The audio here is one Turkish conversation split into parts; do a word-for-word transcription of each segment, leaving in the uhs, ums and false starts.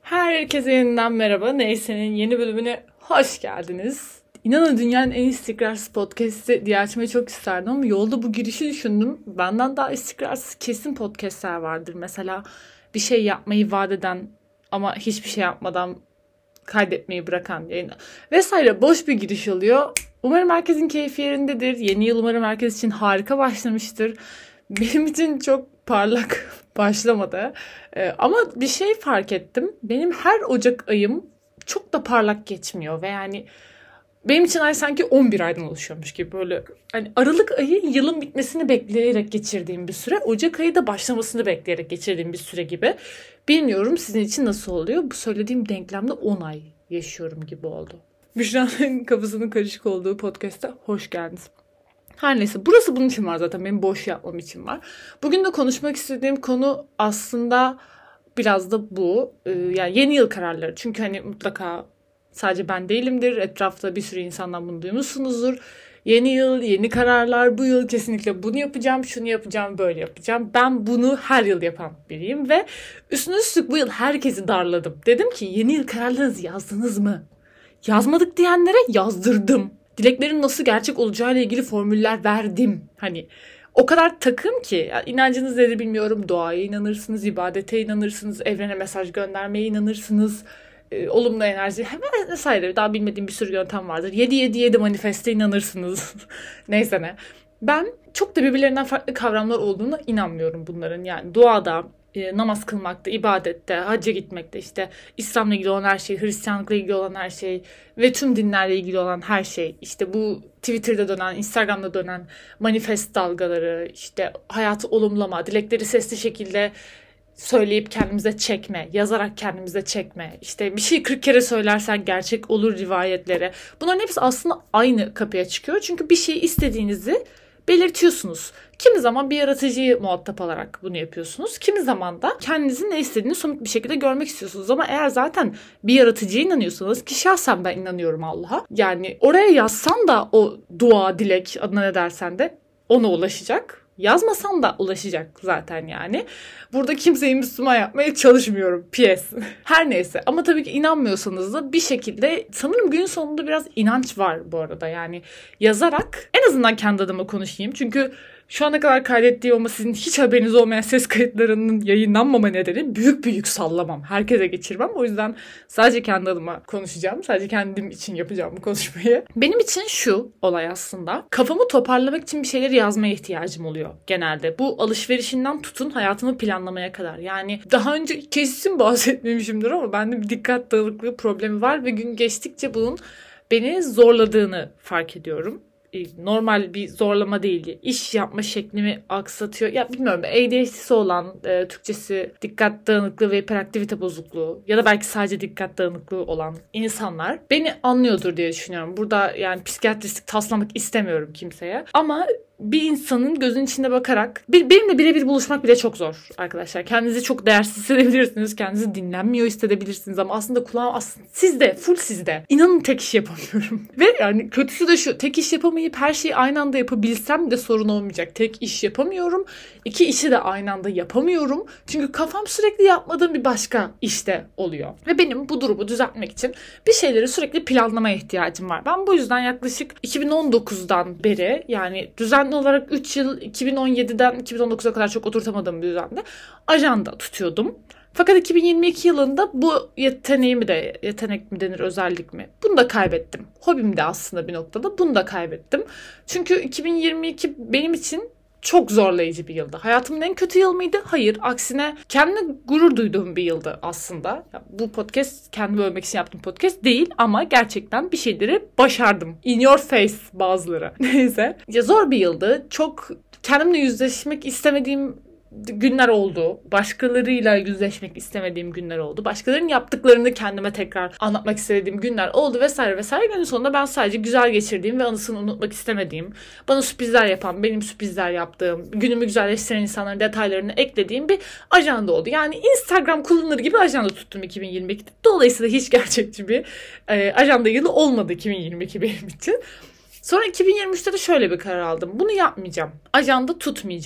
Herkese yeniden merhaba. Neyse'nin yeni bölümüne hoş geldiniz. İnanın dünyanın en istikrarsız podcast'i diye açmayı çok isterdim ama yolda bu girişi düşündüm. Benden daha istikrarsız kesin podcast'ler vardır. Mesela bir şey yapmayı vaat eden ama hiçbir şey yapmadan kaydetmeyi bırakan yayın vesaire boş bir giriş oluyor. Umarım herkesin keyfi yerindedir. Yeni yıl umarım herkes için harika başlamıştır. Benim için çok parlak başlamadı. Ee, ama bir şey fark ettim. Benim her Ocak ayım çok da parlak geçmiyor ve yani benim için ay sanki on bir aydan oluşuyormuş gibi böyle. Hani Aralık ayı yılın bitmesini bekleyerek geçirdiğim bir süre, Ocak ayı da başlamasını bekleyerek geçirdiğim bir süre gibi. Bilmiyorum sizin için nasıl oluyor? Bu söylediğim denklemde on ay yaşıyorum gibi oldu. Büşra'nın kafasının karışık olduğu podcast'a hoş geldiniz. Her neyse burası bunun için var zaten, benim boş yapmam için var. Bugün de konuşmak istediğim konu aslında biraz da bu. Ee, yani yeni yıl kararları. Çünkü hani mutlaka sadece ben değilimdir. Etrafta bir sürü insandan bunu duymuşsunuzdur. Yeni yıl, yeni kararlar. Bu yıl kesinlikle bunu yapacağım, şunu yapacağım, böyle yapacağım. Ben bunu her yıl yapan biriyim ve üstüne üstlük bu yıl herkesi darladım. Dedim ki yeni yıl kararlarınızı yazdınız mı? Yazmadık diyenlere yazdırdım. Dileklerin nasıl gerçek olacağıyla ilgili formüller verdim. Hani o kadar takım ki inancınız nedir bilmiyorum. Doğaya inanırsınız, ibadete inanırsınız, evrene mesaj göndermeye inanırsınız. E, olumlu enerji hemen vesaire. Daha bilmediğim bir sürü yöntem vardır. yedi yedi yedi manifeste inanırsınız. Neyse ne. Ben çok da birbirlerinden farklı kavramlar olduğuna inanmıyorum bunların. Yani doğada, e, namaz kılmakta, ibadette, hacca gitmekte, işte İslam'la ilgili olan her şey, Hristiyanlıkla ilgili olan her şey ve tüm dinlerle ilgili olan her şey. İşte bu Twitter'da dönen, Instagram'da dönen manifest dalgaları, işte hayatı olumlama, dilekleri sesli şekilde söyleyip kendimize çekme, yazarak kendimize çekme, işte bir şey kırk kere söylersen gerçek olur rivayetleri. Bunların hepsi aslında aynı kapıya çıkıyor. Çünkü bir şey istediğinizi belirtiyorsunuz. Kimi zaman bir yaratıcıyı muhatap alarak bunu yapıyorsunuz. Kimi zaman da kendinizin ne istediğini somut bir şekilde görmek istiyorsunuz. Ama eğer zaten bir yaratıcıya inanıyorsanız, ki şahsen ben inanıyorum Allah'a. Yani oraya yazsan da o dua, dilek adına ne dersen de ona ulaşacak. Yazmasan da ulaşacak zaten yani. Burada kimseyi Müslüman yapmaya çalışmıyorum. P S. Her neyse. Ama tabii ki inanmıyorsanız da bir şekilde sanırım günün sonunda biraz inanç var bu arada. Yani yazarak en azından kendi adıma konuşayım. Çünkü şu ana kadar kaydettiğim ama sizin hiç haberiniz olmayan ses kayıtlarının yayınlanmama nedeni büyük büyük sallamam. Herkese geçirmem. O yüzden sadece kendi adıma konuşacağım. Sadece kendim için yapacağım bu konuşmayı. Benim için şu olay aslında. Kafamı toparlamak için bir şeyler yazmaya ihtiyacım oluyor genelde. Bu alışverişinden tutun hayatımı planlamaya kadar. Yani daha önce kesin bahsetmemişimdir ama bende bir dikkat dağınıklığı problemi var ve gün geçtikçe bunun beni zorladığını fark ediyorum. Normal bir zorlama değil. İş yapma şeklimi aksatıyor. Ya bilmiyorum, A D H D'si olan, e, Türkçesi dikkat dağınıklığı ve hiperaktivite bozukluğu ya da belki sadece dikkat dağınıklığı olan insanlar beni anlıyordur diye düşünüyorum. Burada yani psikiyatristik taslamak istemiyorum kimseye. Ama bir insanın gözünün içine bakarak bir, benimle birebir buluşmak bile çok zor arkadaşlar. Kendinizi çok değersiz hissedebilirsiniz. Kendinizi dinlenmiyor hissedebilirsiniz ama aslında kulağım aslında sizde, full sizde. İnanın tek iş yapamıyorum. Ve yani kötüsü de şu, tek iş yapamayıp her şeyi aynı anda yapabilsem de sorun olmayacak. Tek iş yapamıyorum. İki işi de aynı anda yapamıyorum. Çünkü kafam sürekli yapmadığım bir başka işte oluyor. Ve benim bu durumu düzeltmek için bir şeyleri sürekli planlamaya ihtiyacım var. Ben bu yüzden yaklaşık iki bin on dokuzdan beri yani düzen olarak üç yıl iki bin on yediden iki bin on dokuza kadar çok oturtamadığım bir düzende ajanda tutuyordum. Fakat iki bin yirmi iki yılında bu yeteneğimi de, yetenek mi denir, özellik mi? Bunu da kaybettim. Hobim de aslında bir noktada bunu da kaybettim. Çünkü iki bin yirmi iki benim için çok zorlayıcı bir yıldı. Hayatımın en kötü yılı mıydı? Hayır. Aksine kendime gurur duyduğum bir yıldı aslında. Ya, bu podcast kendimi övmek için yaptığım podcast değil ama gerçekten bir şeyleri başardım. In your face bazıları. Neyse. Ya zor bir yıldı. Çok kendimle yüzleşmek istemediğim günler oldu. Başkalarıyla yüzleşmek istemediğim günler oldu. Başkalarının yaptıklarını kendime tekrar anlatmak istediğim günler oldu vesaire vesaire. Günün sonunda ben sadece güzel geçirdiğim ve anısını unutmak istemediğim, bana sürprizler yapan, benim sürprizler yaptığım, günümü güzelleştiren insanların detaylarını eklediğim bir ajanda oldu. Yani Instagram kullanır gibi ajanda tuttum iki bin yirmi ikide. Dolayısıyla hiç gerçekçi bir e, ajanda yılı olmadı iki bin yirmi iki benim için. Sonra iki bin yirmi üçte de şöyle bir karar aldım. Bunu yapmayacağım. Ajanda tutmayacağım.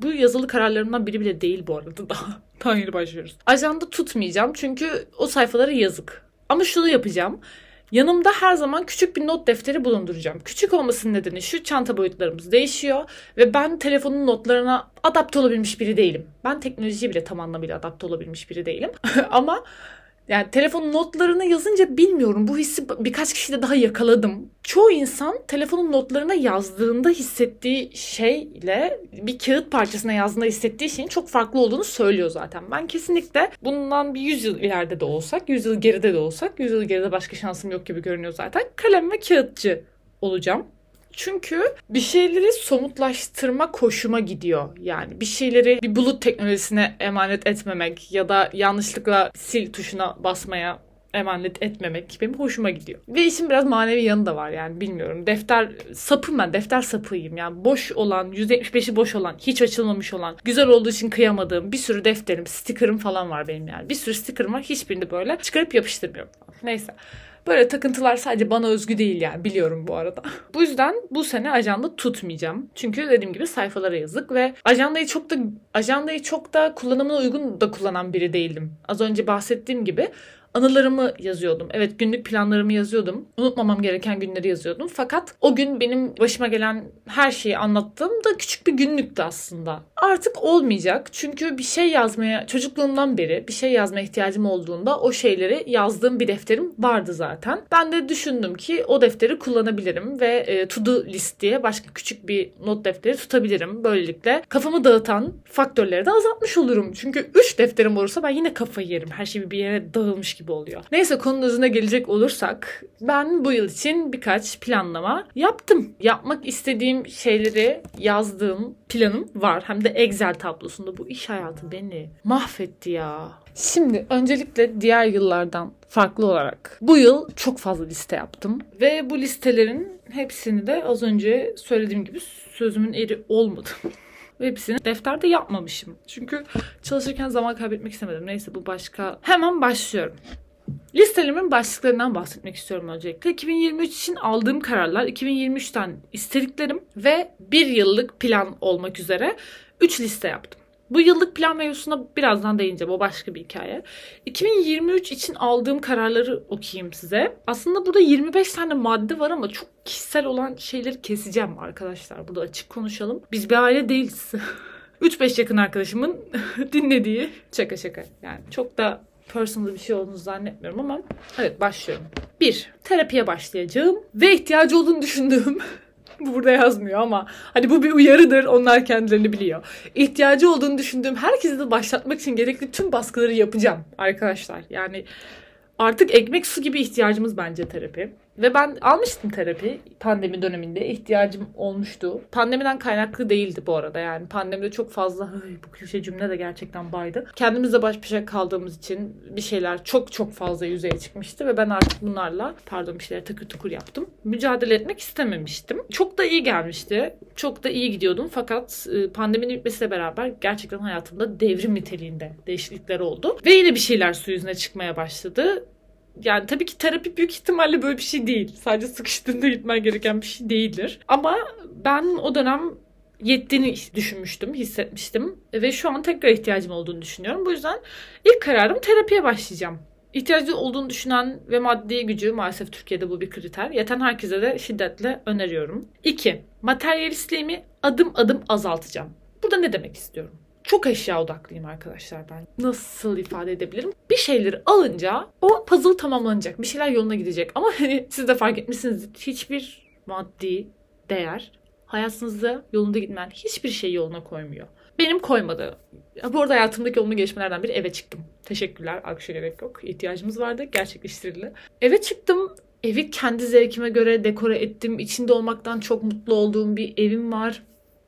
Bu yazılı kararlarımdan biri bile değil bu arada. Daha, daha yeni başlıyoruz. Ajanda tutmayacağım çünkü o sayfalara yazık. Ama şunu yapacağım. Yanımda her zaman küçük bir not defteri bulunduracağım. Küçük olmasının nedeni şu: çanta boyutlarımız değişiyor ve ben telefonun notlarına adapte olabilmiş biri değilim. Ben teknolojiye bile tam anlamıyla adapte olabilmiş biri değilim. Ama yani telefonun notlarını yazınca bilmiyorum, bu hissi birkaç kişide daha yakaladım. Çoğu insan telefonun notlarına yazdığında hissettiği şeyle bir kağıt parçasına yazdığında hissettiği şeyin çok farklı olduğunu söylüyor zaten. Ben kesinlikle bundan bir yüz yıl ileride de olsak, yüz yıl geride de olsak, yüz yıl geride başka şansım yok gibi görünüyor zaten. Kalem ve kağıtçı olacağım. Çünkü bir şeyleri somutlaştırma hoşuma gidiyor. Yani bir şeyleri bir bulut teknolojisine emanet etmemek ya da yanlışlıkla sil tuşuna basmaya emanet etmemek benim hoşuma gidiyor. Ve işin biraz manevi yanı da var yani, bilmiyorum. Defter sapım ben, defter sapıyım. Yani boş olan, yüzde yetmiş beşi boş olan, hiç açılmamış olan, güzel olduğu için kıyamadığım bir sürü defterim, sticker'ım falan var benim yani. Bir sürü sticker'ım var, hiçbirini böyle çıkarıp yapıştırmıyorum falan. Neyse. Böyle takıntılar sadece bana özgü değil yani, biliyorum bu arada. Bu yüzden bu sene ajanda tutmayacağım. Çünkü dediğim gibi sayfalara yazık ve ajandayı çok da ajandayı çok da kullanımına uygun da kullanan biri değildim. Az önce bahsettiğim gibi anılarımı yazıyordum. Evet, günlük planlarımı yazıyordum. Unutmamam gereken günleri yazıyordum. Fakat o gün benim başıma gelen her şeyi anlattığım da küçük bir günlüktü aslında. Artık olmayacak. Çünkü bir şey yazmaya, çocukluğumdan beri bir şey yazmaya ihtiyacım olduğunda o şeyleri yazdığım bir defterim vardı zaten. Ben de düşündüm ki o defteri kullanabilirim ve e, to do list diye başka küçük bir not defteri tutabilirim. Böylelikle kafamı dağıtan faktörleri de azaltmış olurum. Çünkü üç defterim olursa ben yine kafayı yerim. Her şey bir yere dağılmış gibi oluyor. Neyse, konunun özüne gelecek olursak, ben bu yıl için birkaç planlama yaptım. Yapmak istediğim şeyleri yazdığım planım var. Hem de Excel tablosunda. Bu iş hayatı beni mahvetti ya. Şimdi öncelikle diğer yıllardan farklı olarak bu yıl çok fazla liste yaptım. Ve bu listelerin hepsini de az önce söylediğim gibi sözümün eri olmadım. Ve hepsini defterde yapmamışım. Çünkü çalışırken zaman kaybetmek istemedim. Neyse, bu başka. Hemen başlıyorum. Listelerimin başlıklarından bahsetmek istiyorum öncelikle. iki bin yirmi üç için aldığım kararlar, iki bin yirmi üçten istediklerim ve bir yıllık plan olmak üzere üç liste yaptım. Bu yıllık plan mevzusuna birazdan değineceğim. O başka bir hikaye. iki bin yirmi üç için aldığım kararları okuyayım size. Aslında burada yirmi beş tane madde var ama çok kişisel olan şeyleri keseceğim arkadaşlar. Burada açık konuşalım. Biz bir aile değiliz. üç beş yakın arkadaşımın dinlediği, şaka şaka. Yani çok da personal bir şey olduğunu zannetmiyorum ama evet, başlıyorum. bir. Terapiye başlayacağım ve ihtiyacı olduğunu düşündüğüm bu burada yazmıyor ama hani bu bir uyarıdır. Onlar kendilerini biliyor. İhtiyacı olduğunu düşündüğüm herkesi de başlatmak için gerekli tüm baskıları yapacağım arkadaşlar. Yani artık ekmek su gibi ihtiyacımız bence terapi. Ve ben almıştım terapi pandemi döneminde. İhtiyacım olmuştu. Pandemiden kaynaklı değildi bu arada. Yani pandemide çok fazla, bu klişe cümle de gerçekten baydı. Kendimizle baş başa kaldığımız için bir şeyler çok çok fazla yüzeye çıkmıştı. Ve ben artık bunlarla, pardon bir şeyler takır tukur yaptım, mücadele etmek istememiştim. Çok da iyi gelmişti. Çok da iyi gidiyordum. Fakat pandeminin bitmesiyle beraber gerçekten hayatımda devrim niteliğinde değişiklikler oldu. Ve yine bir şeyler su yüzüne çıkmaya başladı. Yani tabii ki terapi büyük ihtimalle böyle bir şey değil. Sadece sıkıştığında gitmen gereken bir şey değildir. Ama ben o dönem yettiğini düşünmüştüm, hissetmiştim. Ve şu an tekrar ihtiyacım olduğunu düşünüyorum. Bu yüzden ilk kararım terapiye başlayacağım. İhtiyacı olduğunu düşünen ve maddi gücü, maalesef Türkiye'de bu bir kriter, yeten herkese de şiddetle öneriyorum. iki. Materyalistliğimi adım adım azaltacağım. Burada ne demek istiyorum? Çok eşya odaklıyım arkadaşlar ben. Nasıl ifade edebilirim? Bir şeyleri alınca o puzzle tamamlanacak. Bir şeyler yoluna gidecek. Ama hani siz de fark etmişsiniz, hiçbir maddi değer hayatınızda yolunda gitmeyen hiçbir şey yoluna koymuyor. Benim koymadı. Bu arada hayatımdaki olumlu gelişmelerden biri, eve çıktım. Teşekkürler. Alkışa gerek yok. İhtiyacımız vardı. Gerçekleştirildi. Eve çıktım. Evi kendi zevkime göre dekore ettim. İçinde olmaktan çok mutlu olduğum bir evim var.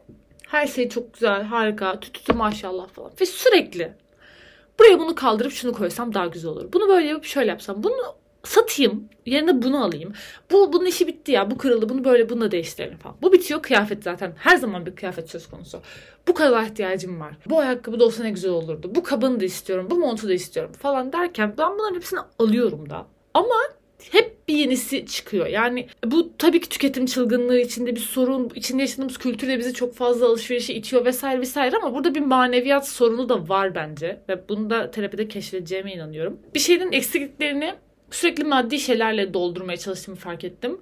Her şey çok güzel, harika, tütütü maşallah falan. Ve sürekli buraya bunu kaldırıp şunu koysam daha güzel olur. Bunu böyle yapıp şöyle yapsam. Bunu satayım, yerine bunu alayım. Bu bunun işi bitti ya, bu kırıldı, bunu böyle bununla değiştirelim falan. Bu bitiyor, kıyafet zaten. Her zaman bir kıyafet söz konusu. Bu kadar ihtiyacım var. Bu ayakkabı da olsa ne güzel olurdu. Bu kabını da istiyorum, bu montu da istiyorum falan derken ben bunların hepsini alıyorum da. Ama hep bir yenisi çıkıyor. Yani bu tabii ki tüketim çılgınlığı içinde bir sorun, içinde yaşadığımız kültürle bizi çok fazla alışverişe itiyor vesaire vesaire ama burada bir maneviyat sorunu da var bence. Ve bunu da terapide keşfedeceğime inanıyorum. Bir şeyin eksikliklerini sürekli maddi şeylerle doldurmaya çalıştığımı fark ettim.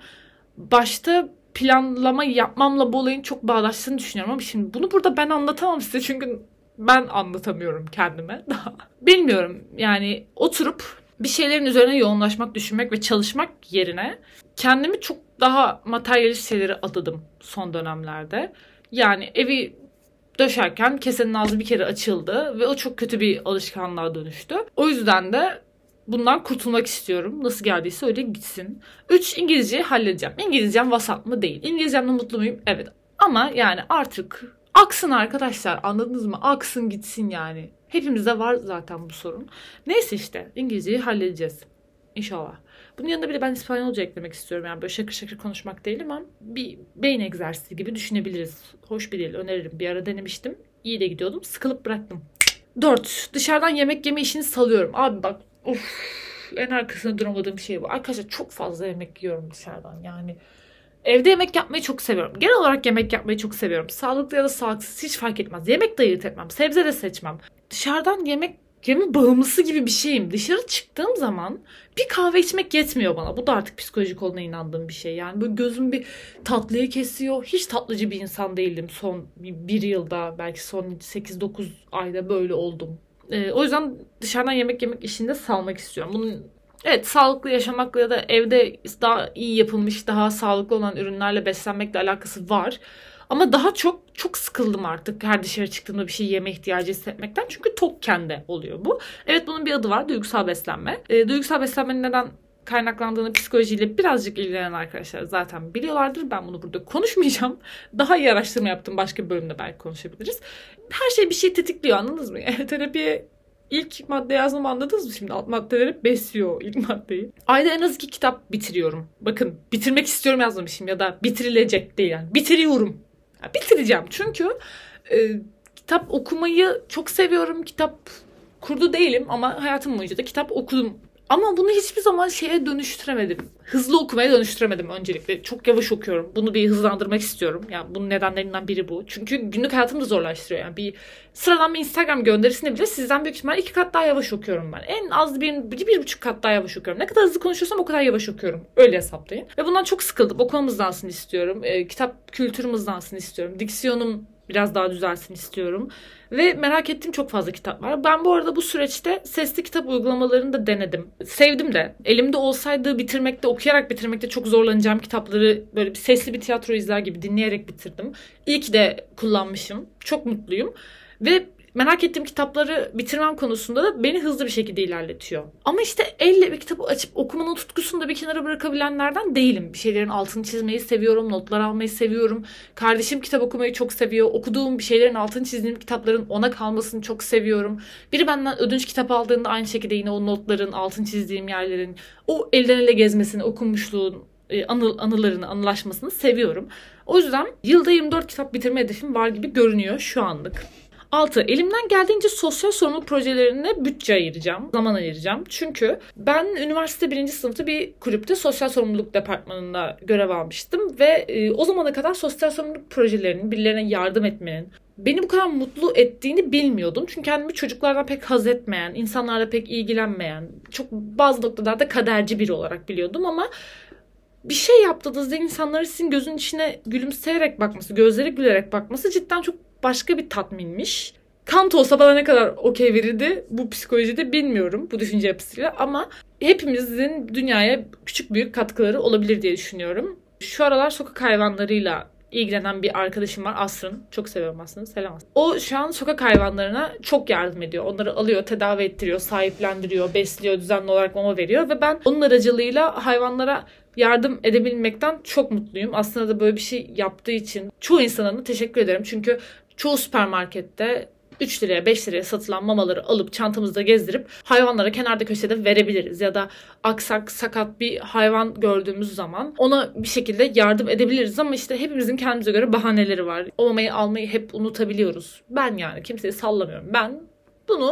Başta planlama yapmamla bu olayın çok bağdaştığını düşünüyorum ama şimdi bunu burada ben anlatamam size çünkü ben anlatamıyorum kendime daha. Bilmiyorum yani oturup bir şeylerin üzerine yoğunlaşmak, düşünmek ve çalışmak yerine kendimi çok daha materyalist şeylere adadım son dönemlerde. Yani evi döşerken kesenin ağzı bir kere açıldı ve o çok kötü bir alışkanlığa dönüştü. O yüzden de bundan kurtulmak istiyorum. Nasıl geldiyse öyle gitsin. üç İngilizceyi halledeceğim. İngilizcem vasat mı? Değil. İngilizcemle mutlu muyum? Evet. Ama yani artık aksın arkadaşlar. Anladınız mı? Aksın gitsin yani. Hepimizde var zaten bu sorun. Neyse işte İngilizceyi halledeceğiz. İnşallah. Bunun yanında bir de ben İspanyolca eklemek istiyorum. Yani böyle şakır şakır konuşmak değil ama bir beyin egzersizi gibi düşünebiliriz. Hoş bir dil, öneririm. Bir ara denemiştim. İyi de gidiyordum. Sıkılıp bıraktım. dört Dışarıdan yemek yeme işini salıyorum. Abi bak of, en arkasında duramadığım şey bu. Arkadaşlar çok fazla yemek yiyorum dışarıdan. Yani evde yemek yapmayı çok seviyorum. Genel olarak yemek yapmayı çok seviyorum. Sağlıklı ya da sağlıksız hiç fark etmez. Yemek de ayırt etmem. Sebze de seçmem. Dışarıdan yemek yeme bağımlısı gibi bir şeyim. Dışarı çıktığım zaman bir kahve içmek yetmiyor bana. Bu da artık psikolojik olduğuna inandığım bir şey. Yani böyle gözüm bir tatlıyı kesiyor. Hiç tatlıcı bir insan değildim son bir yılda. Belki son sekiz dokuz ayda böyle oldum. Ee, o yüzden dışarıdan yemek yemek işinde salmak istiyorum. Bunun evet sağlıklı yaşamakla ya da evde daha iyi yapılmış, daha sağlıklı olan ürünlerle beslenmekle alakası var. Ama daha çok çok sıkıldım artık her dışarı çıktığımda bir şey yeme ihtiyacı hissetmekten. Çünkü tokken de oluyor bu. Evet bunun bir adı var, duygusal beslenme. E, duygusal beslenmenin neden kaynaklandığını psikolojiyle birazcık ilgilenen arkadaşlar zaten biliyorlardır. Ben bunu burada konuşmayacağım. Daha iyi araştırma yaptım. Başka bir bölümde belki konuşabiliriz. Her şey bir şey tetikliyor, anladınız mı? Yani terapiye ilk madde yazmamı anladınız mı şimdi? Alt maddeleri besliyor ilk maddeyi. Ayda en az iki kitap bitiriyorum. Bakın bitirmek istiyorum yazmamışım ya da bitirilecek değil yani. Bitiriyorum. Ya, bitireceğim çünkü e, kitap okumayı çok seviyorum. Kitap kurdu değilim ama hayatım boyunca da kitap okudum. Ama bunu hiçbir zaman şeye dönüştüremedim. Hızlı okumaya dönüştüremedim öncelikle. Çok yavaş okuyorum. Bunu bir hızlandırmak istiyorum. Yani bunun nedenlerinden biri bu. Çünkü günlük hayatımı da zorlaştırıyor. Yani bir sıradan bir Instagram gönderisinde bile sizden büyük ihtimalle iki kat daha yavaş okuyorum ben. En az bir, bir, bir buçuk kat daha yavaş okuyorum. Ne kadar hızlı konuşuyorsam o kadar yavaş okuyorum. Öyle hesaplayın. Ve bundan çok sıkıldım. Okumam hızlansın istiyorum. E, kitap kültürüm hızlansın istiyorum. Diksiyonum biraz daha düzelsin istiyorum. Ve merak ettiğim çok fazla kitap var. Ben bu arada bu süreçte sesli kitap uygulamalarını da denedim. Sevdim de. Elimde olsaydı bitirmekte, okuyarak bitirmekte çok zorlanacağım kitapları böyle bir sesli bir tiyatro izler gibi dinleyerek bitirdim. İyi ki de kullanmışım. Çok mutluyum. Ve merak ettiğim kitapları bitirmem konusunda da beni hızlı bir şekilde ilerletiyor. Ama işte elle bir kitabı açıp okumanın tutkusunu da bir kenara bırakabilenlerden değilim. Bir şeylerin altını çizmeyi seviyorum, notlar almayı seviyorum. Kardeşim kitap okumayı çok seviyor. Okuduğum bir şeylerin altını çizdiğim kitapların ona kalmasını çok seviyorum. Biri benden ödünç kitap aldığında aynı şekilde yine o notların, altını çizdiğim yerlerin, o elden ele gezmesini, okunmuşluğun, anı, anılarını, anılaşmasını seviyorum. O yüzden yılda yirmi dört kitap bitirme hedefim var gibi görünüyor şu anlık. altı Elimden geldiğince sosyal sorumluluk projelerine bütçe ayıracağım, zaman ayıracağım. Çünkü ben üniversite birinci sınıfta bir kulüpte sosyal sorumluluk departmanında görev almıştım. Ve e, o zamana kadar sosyal sorumluluk projelerinin, birilerine yardım etmenin beni bu kadar mutlu ettiğini bilmiyordum. Çünkü kendimi çocuklardan pek haz etmeyen, insanlarla pek ilgilenmeyen, çok bazı noktalarda kaderci biri olarak biliyordum ama bir şey yaptığınızda insanların sizin gözünün içine gülümseyerek bakması, gözleri gülerek bakması cidden çok başka bir tatminmiş. Kant olsa bana ne kadar okey verirdi bu psikolojide bilmiyorum bu düşünce yapısıyla ama hepimizin dünyaya küçük büyük katkıları olabilir diye düşünüyorum. Şu aralar sokak hayvanlarıyla ilgilenen bir arkadaşım var, Asrın. Çok seviyorum Asrın'ı. Selam. O şu an sokak hayvanlarına çok yardım ediyor. Onları alıyor, tedavi ettiriyor, sahiplendiriyor, besliyor, düzenli olarak mama veriyor ve ben onun aracılığıyla hayvanlara yardım edebilmekten çok mutluyum. Aslında da böyle bir şey yaptığı için çoğu insana teşekkür ederim. Çünkü çoğu süpermarkette üç liraya beş liraya satılan mamaları alıp çantamızda gezdirip hayvanlara kenarda köşede verebiliriz. Ya da aksak sakat bir hayvan gördüğümüz zaman ona bir şekilde yardım edebiliriz. Ama işte hepimizin kendimize göre bahaneleri var. O mamayı almayı hep unutabiliyoruz. Ben yani kimseyi sallamıyorum. Ben bunu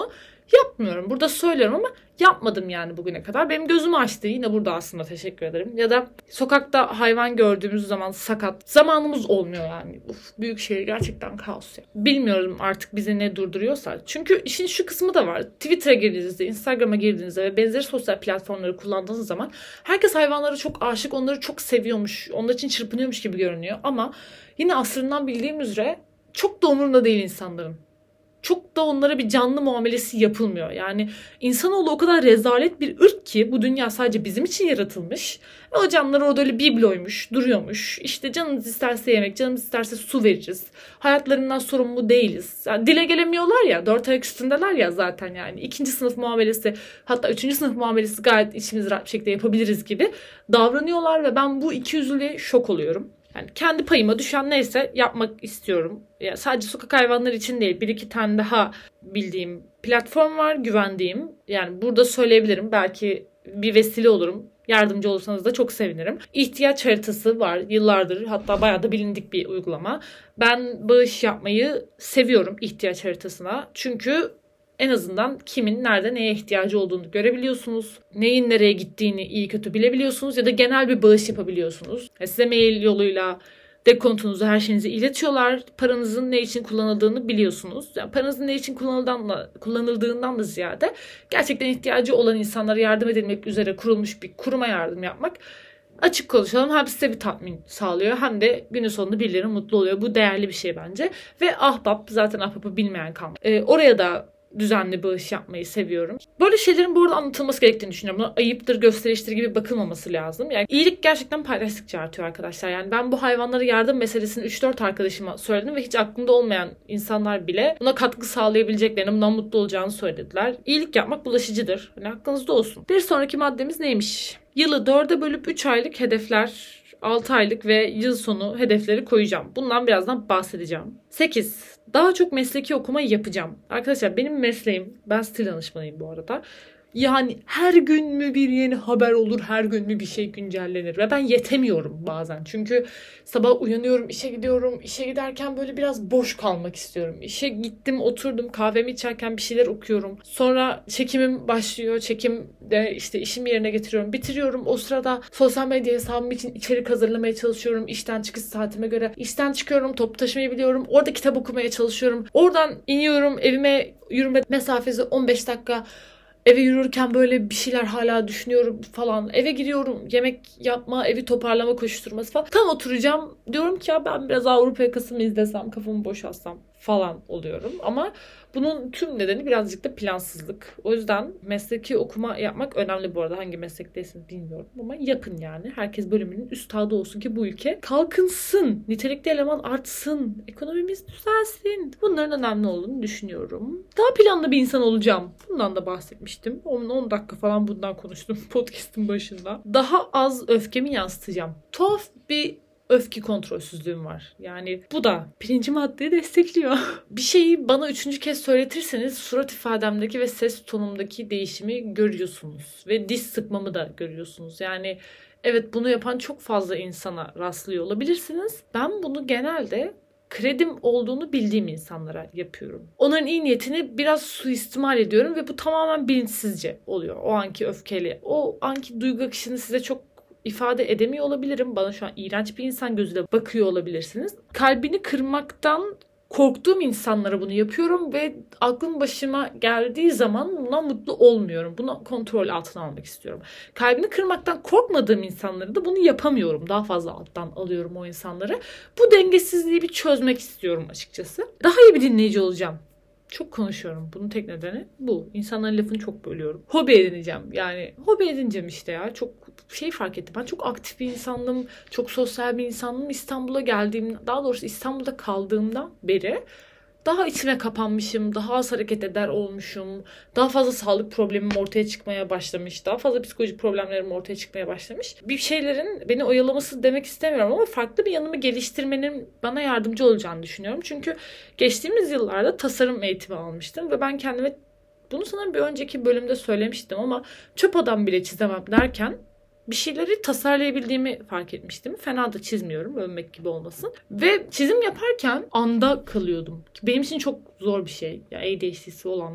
Yapmıyorum. Burada söylüyorum ama yapmadım yani bugüne kadar. Benim gözümü açtı. Yine burada aslında teşekkür ederim. Ya da sokakta hayvan gördüğümüz zaman sakat. Zamanımız olmuyor yani. Uf, büyük şehir gerçekten kaos ya. Bilmiyorum artık bizi ne durduruyorsa. Çünkü işin şu kısmı da var. Twitter'a girdiğinizde, Instagram'a girdiğinizde ve benzeri sosyal platformları kullandığınız zaman herkes hayvanlara çok aşık, onları çok seviyormuş, onlar için çırpınıyormuş gibi görünüyor. Ama yine asrından bildiğim üzere çok da umurunda değil insanların. Çok da onlara bir canlı muamelesi yapılmıyor. Yani insanoğlu o kadar rezalet bir ırk ki bu dünya sadece bizim için yaratılmış. Ve o canlılar orada öyle bibloymuş, duruyormuş. İşte canımız isterse yemek, canımız isterse su veririz. Hayatlarından sorumlu değiliz. Yani dile gelemiyorlar ya, dört ayak üstündeler ya zaten yani. İkinci sınıf muamelesi, hatta üçüncü sınıf muamelesi gayet içimiz rahat bir şekilde yapabiliriz gibi davranıyorlar ve ben bu ikiyüzlülüğe şok oluyorum. Yani kendi payıma düşen neyse yapmak istiyorum. Ya sadece sokak hayvanları için değil, bir iki tane daha bildiğim platform var, güvendiğim. Yani burada söyleyebilirim. Belki bir vesile olurum. Yardımcı olursanız da çok sevinirim. İhtiyaç haritası var. Yıllardır, hatta bayağı da bilindik bir uygulama. Ben bağış yapmayı seviyorum ihtiyaç haritasına. Çünkü en azından kimin nerede neye ihtiyacı olduğunu görebiliyorsunuz. Neyin nereye gittiğini iyi kötü bilebiliyorsunuz ya da genel bir bağış yapabiliyorsunuz. Yani size mail yoluyla dekontunuzu, her şeyinizi iletiyorlar. Paranızın ne için kullanıldığını biliyorsunuz. Yani paranızın ne için kullanıldığından da, kullanıldığından da ziyade gerçekten ihtiyacı olan insanlara yardım edilmek üzere kurulmuş bir kuruma yardım yapmak, açık konuşalım, hem size bir tatmin sağlıyor hem de günün sonunda birileri mutlu oluyor. Bu değerli bir şey bence. Ve Ahbap, zaten Ahbap'ı bilmeyen kalmadı. Ee, oraya da düzenli bağış yapmayı seviyorum. Böyle şeylerin bu arada anlatılması gerektiğini düşünüyorum. Buna ayıptır, gösteriştir gibi bakılmaması lazım. Yani iyilik gerçekten paylaştıkça artıyor arkadaşlar. Yani ben bu hayvanlara yardım meselesini üç dört arkadaşıma söyledim ve hiç aklımda olmayan insanlar bile buna katkı sağlayabileceklerini, bundan mutlu olacağını söylediler. İyilik yapmak bulaşıcıdır. Hani aklınızda olsun. Bir sonraki maddemiz neymiş? Yılı dörde bölüp üç aylık hedefler, altı aylık ve yıl sonu hedefleri koyacağım. Bundan birazdan bahsedeceğim. sekiz. Daha çok mesleki okumayı yapacağım. Arkadaşlar benim mesleğim, ben stil danışmanıyım bu arada. Yani her gün mü bir yeni haber olur, her gün mü bir şey güncellenir ve ben yetemiyorum bazen. Çünkü sabah uyanıyorum, işe gidiyorum, işe giderken böyle biraz boş kalmak istiyorum. İşe gittim, oturdum, kahvemi içerken bir şeyler okuyorum. Sonra çekimim başlıyor, çekimde işte işimi yerine getiriyorum, bitiriyorum. O sırada sosyal medya hesabım için içerik hazırlamaya çalışıyorum. İşten çıkış saatime göre işten çıkıyorum, toplu taşımayı biliyorum. Orada kitap okumaya çalışıyorum. Oradan iniyorum, evime yürüme mesafesi on beş dakika. Eve yürürken böyle bir şeyler hala düşünüyorum falan. Eve giriyorum, yemek yapma, evi toparlama koşuşturması falan. Tam oturacağım, diyorum ki ya ben biraz Avrupa Yakası mı izlesem, kafamı boşaltsam falan oluyorum. Ama bunun tüm nedeni birazcık da plansızlık. O yüzden mesleki okuma yapmak önemli bu arada. Hangi meslekteysiniz bilmiyorum ama yapın yani. Herkes bölümünün üstadı olsun ki bu ülke kalkınsın. Nitelikli eleman artsın. Ekonomimiz düzelsin. Bunların önemli olduğunu düşünüyorum. Daha planlı bir insan olacağım. Bundan da bahsetmiştim. on dakika falan bundan konuştum podcast'ın başında. Daha az öfkemi yansıtacağım. Tuhaf bir öfke kontrolsüzlüğüm var. Yani bu da birinci maddeyi destekliyor. Bir şeyi bana üçüncü kez söyletirseniz surat ifademdeki ve ses tonumdaki değişimi görüyorsunuz. Ve diş sıkmamı da görüyorsunuz. Yani evet, bunu yapan çok fazla insana rastlıyor olabilirsiniz. Ben bunu genelde kredim olduğunu bildiğim insanlara yapıyorum. Onların iyi niyetini biraz suistimal ediyorum ve bu tamamen bilinçsizce oluyor. O anki öfkeyle, o anki duygu akışını size çok ifade edemiyor olabilirim. Bana şu an iğrenç bir insan gözüyle bakıyor olabilirsiniz. Kalbini kırmaktan korktuğum insanlara bunu yapıyorum ve aklım başıma geldiği zaman bundan mutlu olmuyorum. Bunu kontrol altına almak istiyorum. Kalbini kırmaktan korkmadığım insanları da bunu yapamıyorum. Daha fazla alttan alıyorum o insanları. Bu dengesizliği bir çözmek istiyorum açıkçası. Daha iyi bir dinleyici olacağım. Çok konuşuyorum. Bunun tek nedeni bu. İnsanların lafını çok bölüyorum. Hobi edineceğim. Yani hobi edineceğim işte ya. Çok şey fark ettim. Ben çok aktif bir insandım. Çok sosyal bir insandım. İstanbul'a geldiğim, daha doğrusu İstanbul'da kaldığımdan beri daha içime kapanmışım. Daha az hareket eder olmuşum. Daha fazla sağlık problemim ortaya çıkmaya başlamış. Daha fazla psikolojik problemlerim ortaya çıkmaya başlamış. Bir şeylerin beni oyalaması demek istemiyorum ama farklı bir yanımı geliştirmenin bana yardımcı olacağını düşünüyorum. Çünkü geçtiğimiz yıllarda tasarım eğitimi almıştım ve ben kendime, bunu sanırım bir önceki bölümde söylemiştim ama çöp adam bile çizemem derken bir şeyleri tasarlayabildiğimi fark etmiştim. Fena da çizmiyorum, övmek gibi olmasın. Ve çizim yaparken anda kalıyordum. Benim için çok zor bir şey. Ya A D H D'si olanlar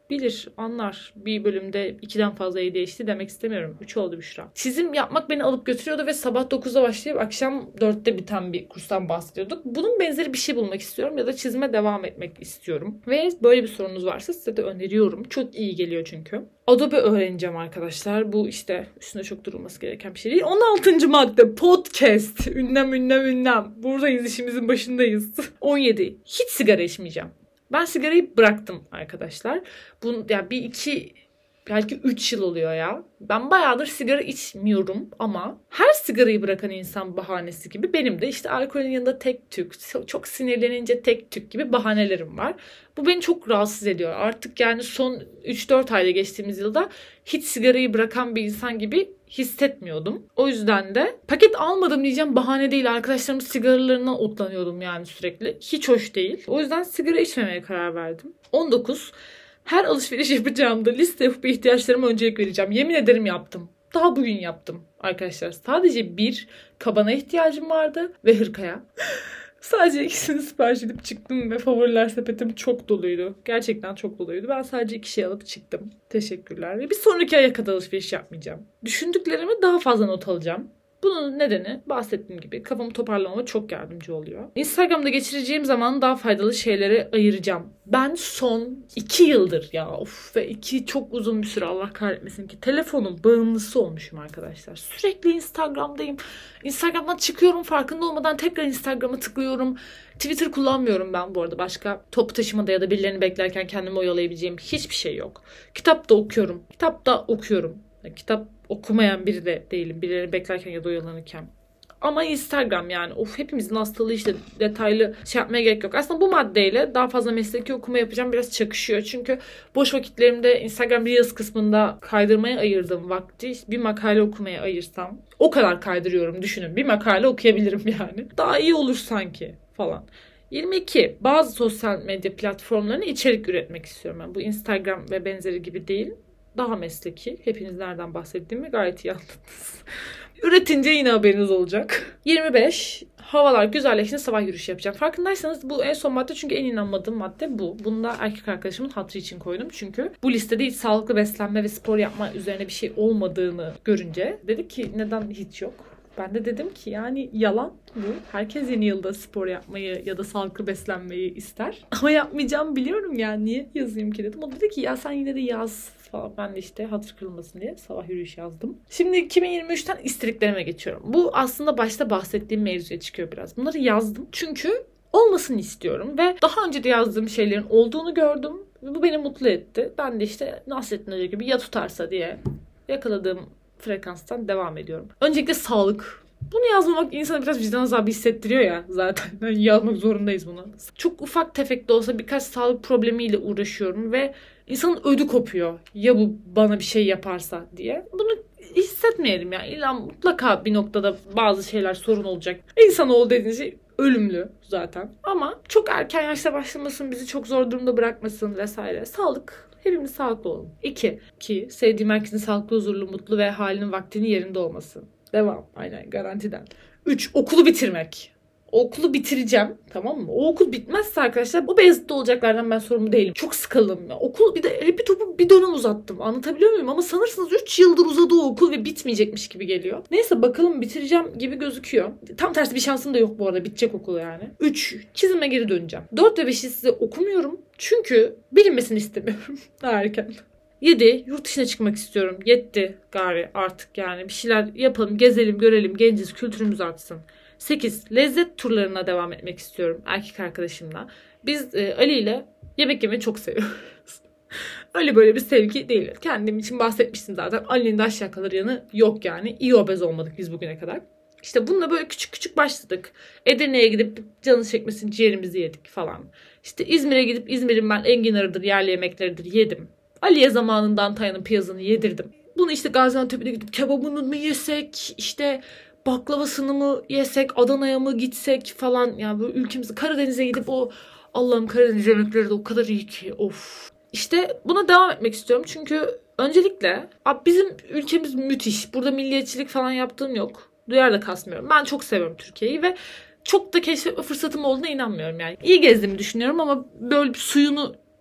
bilir, anlar. Bir bölümde ikiden fazla A D H D demek istemiyorum. üç oldu Büşra. Çizim yapmak beni alıp götürüyordu ve sabah dokuzda başlayıp akşam dörtte biten bir kurstan bahsediyorduk. Bunun benzeri bir şey bulmak istiyorum ya da çizime devam etmek istiyorum. Ve böyle bir sorunuz varsa size de öneriyorum. Çok iyi geliyor çünkü. Adobe öğreneceğim arkadaşlar. Bu işte üstünde çok durulması gereken bir şey değil. on altıncı madde podcast. Ünlem ünlem ünlem. Buradayız, işimizin başındayız. on yedi. Hiç sigara içmeyeceğim. Ben sigarayı bıraktım arkadaşlar. Bunu yani bir iki belki üç yıl oluyor ya. Ben bayağıdır sigara içmiyorum ama her sigarayı bırakan insan bahanesi gibi benim de işte alkolün yanında tek tük, çok sinirlenince tek tük gibi bahanelerim var. Bu beni çok rahatsız ediyor. Artık yani son üç dört ayda geçtiğimiz yılda hiç sigarayı bırakan bir insan gibi hissetmiyordum. O yüzden de paket almadım diyeceğim bahane değil. Arkadaşlarımın sigaralarından otlanıyordum yani sürekli. Hiç hoş değil. O yüzden sigara içmemeye karar verdim. on dokuz. Her alışveriş yapacağımda liste yapıp ihtiyaçlarıma öncelik vereceğim. Yemin ederim yaptım. Daha bugün yaptım arkadaşlar. Sadece bir kabana ihtiyacım vardı ve hırkaya. Sadece ikisini sipariş edip çıktım ve favoriler sepetim çok doluydu. Gerçekten çok doluydu. Ben sadece iki şey alıp çıktım. Teşekkürler. Ve bir sonraki aya kadar alışveriş yapmayacağım. Düşündüklerimi daha fazla not alacağım. Bunun nedeni bahsettiğim gibi kafamı toparlamama çok yardımcı oluyor. Instagram'da geçireceğim zamanı daha faydalı şeylere ayıracağım. Ben son iki yıldır ya of ve iki çok uzun bir süre Allah kahretmesin ki telefonun bağımlısı olmuşum arkadaşlar. Sürekli Instagram'dayım. Instagram'dan çıkıyorum farkında olmadan tekrar Instagram'a tıklıyorum. Twitter kullanmıyorum ben bu arada. Başka toplu taşımada ya da birilerini beklerken kendimi oyalayabileceğim hiçbir şey yok. Kitap da okuyorum. Kitap da okuyorum. Kitap okumayan biri de değilim. Birileri beklerken ya da oyalanırken. Ama Instagram yani of hepimizin hastalığı işte detaylı şey yapmaya gerek yok. Aslında bu maddeyle daha fazla mesleki okuma yapacağım biraz çakışıyor. Çünkü boş vakitlerimde Instagram Reels kısmında kaydırmaya ayırdığım vakti bir makale okumaya ayırsam o kadar kaydırıyorum düşünün. Bir makale okuyabilirim yani. Daha iyi olur sanki falan. yirmi iki. Bazı sosyal medya platformlarına içerik üretmek istiyorum. Yani bu Instagram ve benzeri gibi değil. Daha mesleki. Hepiniz nereden bahsettiğimi gayet iyi anladınız. Üretince yine haberiniz olacak. yirmi beş. Havalar güzelleşince sabah yürüyüşü yapacağım. Farkındaysanız bu en son madde çünkü en inanmadığım madde bu. Bunu da erkek arkadaşımın hatırı için koydum. Çünkü bu listede hiç sağlıklı beslenme ve spor yapma üzerine bir şey olmadığını görünce dedi ki neden hiç yok? Ben de dedim ki yani yalan bu. Herkes yeni yılda spor yapmayı ya da sağlıklı beslenmeyi ister. Ama yapmayacağım biliyorum yani. Niye yazayım ki dedim. O dedi ki ya sen yine de yaz falan. Ben de işte hatır kırılmasın diye sabah yürüyüş yazdım. Şimdi iki bin yirmi üçten isteklerime geçiyorum. Bu aslında başta bahsettiğim mevzuya çıkıyor biraz. Bunları yazdım. Çünkü olmasını istiyorum ve daha önce de yazdığım şeylerin olduğunu gördüm. Ve bu beni mutlu etti. Ben de işte Nasrettin Hoca gibi ya tutarsa diye yakaladığım frekanstan devam ediyorum. Öncelikle sağlık. Bunu yazmamak insana biraz vicdan azabı hissettiriyor ya zaten. Yani yazmak zorundayız bunu. Çok ufak tefek de olsa birkaç sağlık problemiyle uğraşıyorum ve insanın ödü kopuyor. Ya bu bana bir şey yaparsa diye. Bunu hissetmeyelim ya. İlla mutlaka bir noktada bazı şeyler sorun olacak. İnsanoğlu dediğiniz şey ölümlü zaten. Ama çok erken yaşta başlamasın, bizi çok zor durumda bırakmasın vesaire. Sağlık. Hepimiz sağlıklı olalım. İki. Ki sevdiğim herkesin sağlıklı, huzurlu, mutlu ve halinin vaktinin yerinde olması. Devam. Aynen garantiden. Üç. Okulu bitirmek. Okulu bitireceğim. Tamam mı? O okul bitmezse arkadaşlar o Beyazıt'ta olacaklardan ben sorumlu değilim. Çok sıkıldım ya. Okul bir de hepi topu bir dönem uzattım. Anlatabiliyor muyum? Ama sanırsınız üç yıldır uzadı o okul ve bitmeyecekmiş gibi geliyor. Neyse bakalım bitireceğim gibi gözüküyor. Tam tersi bir şansım da yok bu arada. Bitecek okul yani. Üç. Çizime geri döneceğim. Dört ve beşi size okumuyorum. Çünkü bilinmesini istemiyorum. Daha erken. yedi. Yurt dışına çıkmak istiyorum. Yetti gari artık yani. Bir şeyler yapalım, gezelim, görelim, genciz, kültürümüz artsın. sekiz. Lezzet turlarına devam etmek istiyorum erkek arkadaşımla. Biz e, Ali ile yemek yemeyi çok seviyoruz. Öyle böyle bir sevgi değil. Kendim için bahsetmiştim zaten. Ali'nin de aşağı kalır yanı yok yani. İyi obez olmadık biz bugüne kadar. İşte bununla böyle küçük küçük başladık. Edirne'ye gidip canı çekmesin ciğerimizi yedik falan. İşte İzmir'e gidip İzmir'in ben enginarıdır, yerli yemekleridir yedim. Ali'ye zamanında Antalya'nın piyazını yedirdim. Bunu işte Gaziantep'e gidip kebabını mı yesek, işte baklavasını mı yesek, Adana'ya mı gitsek falan. Yani böyle ülkemizi Karadeniz'e gidip o Allah'ım Karadeniz yemekleri de o kadar iyi ki of. İşte buna devam etmek istiyorum. Çünkü öncelikle abi bizim ülkemiz müthiş. Burada milliyetçilik falan yaptığım yok. Duyar da kasmıyorum. Ben çok seviyorum Türkiye'yi ve çok da keşfetme fırsatım olduğuna inanmıyorum yani. İyi gezdiğimi düşünüyorum ama böyle bir suyunu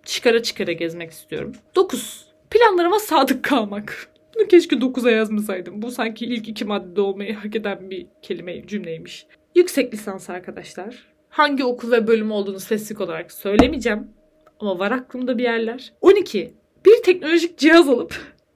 çıkara çıkara gezmek istiyorum. dokuz. Planlarıma sadık kalmak. Bunu keşke dokuza yazmasaydım. Bu sanki ilk iki maddede olmayı hak eden bir kelime, cümleymiş. Yüksek lisans arkadaşlar. Hangi okul ve bölüm olduğunu spesifik olarak söylemeyeceğim. Ama var aklımda bir yerler. on iki. Bir teknolojik cihaz alıp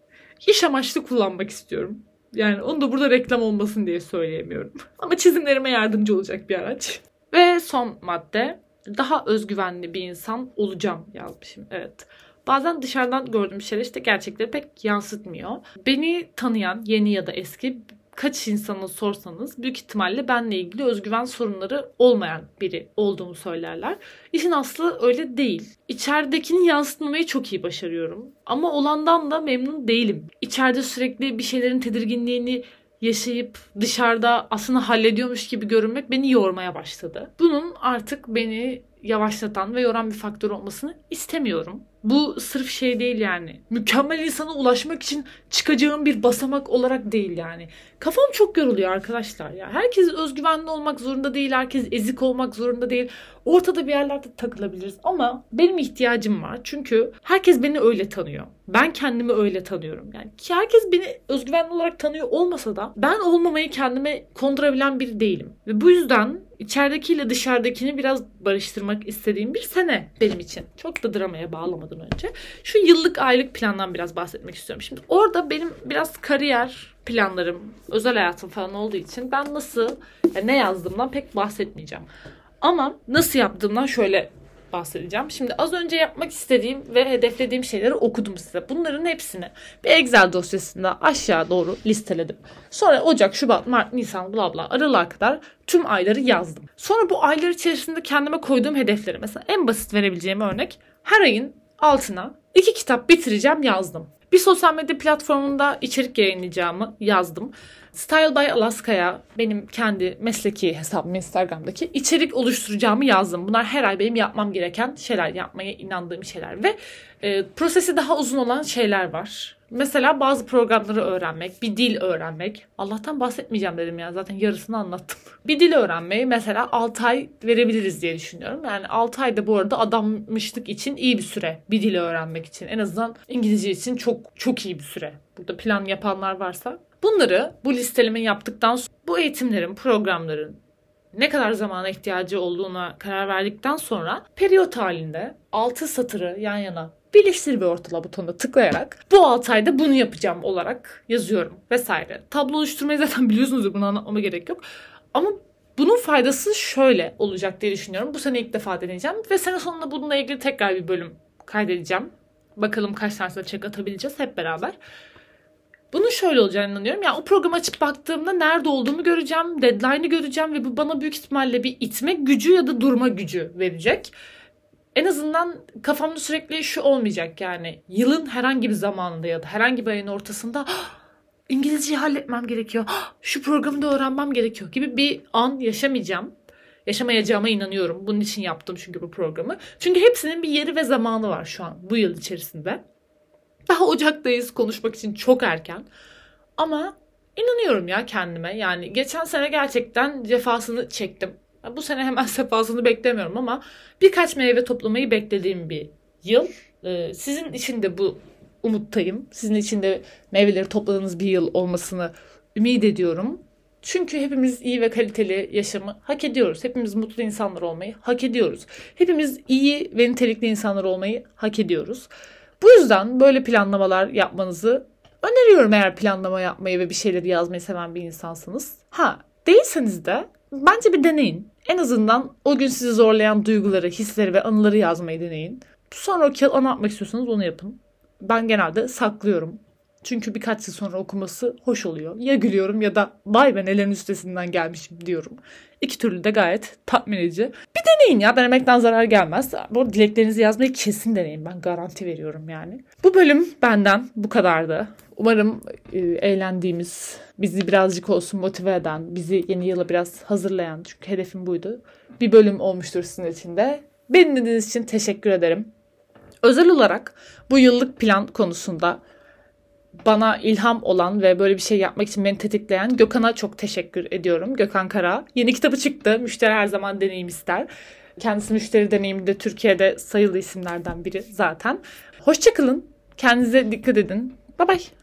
iş amaçlı kullanmak istiyorum. Yani onu da burada reklam olmasın diye söyleyemiyorum. Ama çizimlerime yardımcı olacak bir araç. Ve son madde. Daha özgüvenli bir insan olacağım yazmışım. Evet. Bazen dışarıdan gördüğüm şeyler işte gerçekleri pek yansıtmıyor. Beni tanıyan yeni ya da eski kaç insana sorsanız büyük ihtimalle benle ilgili özgüven sorunları olmayan biri olduğumu söylerler. İşin aslı öyle değil. İçeridekini yansıtmamayı çok iyi başarıyorum. Ama olandan da memnun değilim. İçeride sürekli bir şeylerin tedirginliğini yaşayıp dışarıda aslında hallediyormuş gibi görünmek beni yormaya başladı. Bunun artık beni yavaşlatan ve yoran bir faktör olmasını istemiyorum. Bu sırf şey değil yani. Mükemmel insana ulaşmak için çıkacağım bir basamak olarak değil yani. Kafam çok yoruluyor arkadaşlar ya. Herkes özgüvenli olmak zorunda değil. Herkes ezik olmak zorunda değil. Ortada bir yerlerde takılabiliriz ama benim ihtiyacım var. Çünkü herkes beni öyle tanıyor. Ben kendimi öyle tanıyorum. Yani ki herkes beni özgüvenli olarak tanıyor olmasa da ben olmamayı kendime kondurabilen biri değilim. Ve bu yüzden içeridekiyle dışarıdakini biraz barıştırmak istediğim bir sene benim için. Çok da dramaya bağlamadan önce. Şu yıllık aylık plandan biraz bahsetmek istiyorum. Şimdi orada benim biraz kariyer planlarım, özel hayatım falan olduğu için ben nasıl, yani ne yazdığımdan pek bahsetmeyeceğim. Ama nasıl yaptığımdan şöyle bahsedeceğim. Şimdi az önce yapmak istediğim ve hedeflediğim şeyleri okudum size. Bunların hepsini bir Excel dosyasında aşağı doğru listeledim. Sonra Ocak, Şubat, Mart, Nisan, bla bla Aralık'a kadar tüm ayları yazdım. Sonra bu aylar içerisinde kendime koyduğum hedefleri, mesela en basit verebileceğim örnek, her ayın altına iki kitap bitireceğim yazdım. Bir sosyal medya platformunda içerik yayınlayacağımı yazdım. Style by Alaska'ya, benim kendi mesleki hesabım Instagram'daki, içerik oluşturacağımı yazdım. Bunlar her ay benim yapmam gereken şeyler, yapmaya inandığım şeyler ve e, prosesi daha uzun olan şeyler var. Mesela bazı programları öğrenmek, bir dil öğrenmek. Allah'tan bahsetmeyeceğim dedim ya, zaten yarısını anlattım. Bir dil öğrenmeyi mesela altı ay verebiliriz diye düşünüyorum. Yani altı ayda bu arada adanmışlık için iyi bir süre. Bir dili öğrenmek için, en azından İngilizce için çok çok iyi bir süre. Burada plan yapanlar varsa. Bunları, bu listelemeyi yaptıktan sonra bu eğitimlerin, programların ne kadar zamana ihtiyacı olduğuna karar verdikten sonra periyot halinde altı satırı yan yana birleştir ve ortala butonuna tıklayarak bu altı ayda bunu yapacağım olarak yazıyorum vesaire. Tablo oluşturmayı zaten biliyorsunuz, bunu anlatmama gerek yok. Ama bunun faydası şöyle olacak diye düşünüyorum. Bu sene ilk defa deneyeceğim ve sene sonunda bununla ilgili tekrar bir bölüm kaydedeceğim. Bakalım kaç tanesine check atabileceğiz hep beraber. Bunun şöyle olacağını inanıyorum. Yani o programı açıp baktığımda nerede olduğumu göreceğim, deadline'ı göreceğim ve bu bana büyük ihtimalle bir itme gücü ya da durma gücü verecek. En azından kafamda sürekli şu olmayacak yani. Yılın herhangi bir zamanında ya da herhangi bir ayın ortasında İngilizceyi halletmem gerekiyor, şu programı da öğrenmem gerekiyor gibi bir an yaşamayacağım. Yaşamayacağıma inanıyorum. Bunun için yaptım çünkü bu programı. Çünkü hepsinin bir yeri ve zamanı var şu an bu yıl içerisinde. Daha Ocak'tayız, konuşmak için çok erken. Ama inanıyorum ya kendime. Yani geçen sene gerçekten cefasını çektim. Bu sene hemen sefasını beklemiyorum ama birkaç meyve toplamayı beklediğim bir yıl. Ee, sizin için de bu umuttayım. Sizin için de meyveleri topladığınız bir yıl olmasını ümit ediyorum. Çünkü hepimiz iyi ve kaliteli yaşamı hak ediyoruz. Hepimiz mutlu insanlar olmayı hak ediyoruz. Hepimiz iyi ve nitelikli insanlar olmayı hak ediyoruz. Bu yüzden böyle planlamalar yapmanızı öneriyorum eğer planlama yapmayı ve bir şeyleri yazmayı seven bir insansınız. Ha, değilseniz de bence bir deneyin. En azından o gün sizi zorlayan duyguları, hisleri ve anıları yazmayı deneyin. Sonra o kağıt anı yapmak istiyorsanız onu yapın. Ben genelde saklıyorum. Çünkü birkaç yıl sonra okuması hoş oluyor. Ya gülüyorum ya da vay be nelerin üstesinden gelmişim diyorum. İki türlü de gayet tatmin edici. Bir deneyin ya, denemekten zarar gelmez. Bu arada dileklerinizi yazmayı kesin deneyin. Ben garanti veriyorum yani. Bu bölüm benden bu kadardı. Umarım e, eğlendiğimiz, bizi birazcık olsun motive eden, bizi yeni yıla biraz hazırlayan, çünkü hedefim buydu, bir bölüm olmuştur sizin için de. Beni dinlediğiniz için teşekkür ederim. Özel olarak bu yıllık plan konusunda bana ilham olan ve böyle bir şey yapmak için beni tetikleyen Gökhan'a çok teşekkür ediyorum. Gökhan Kara. Yeni kitabı çıktı. Müşteri her zaman deneyim ister. Kendisi müşteri deneyiminde Türkiye'de sayılı isimlerden biri zaten. Hoşça kalın. Kendinize dikkat edin. Bye bye.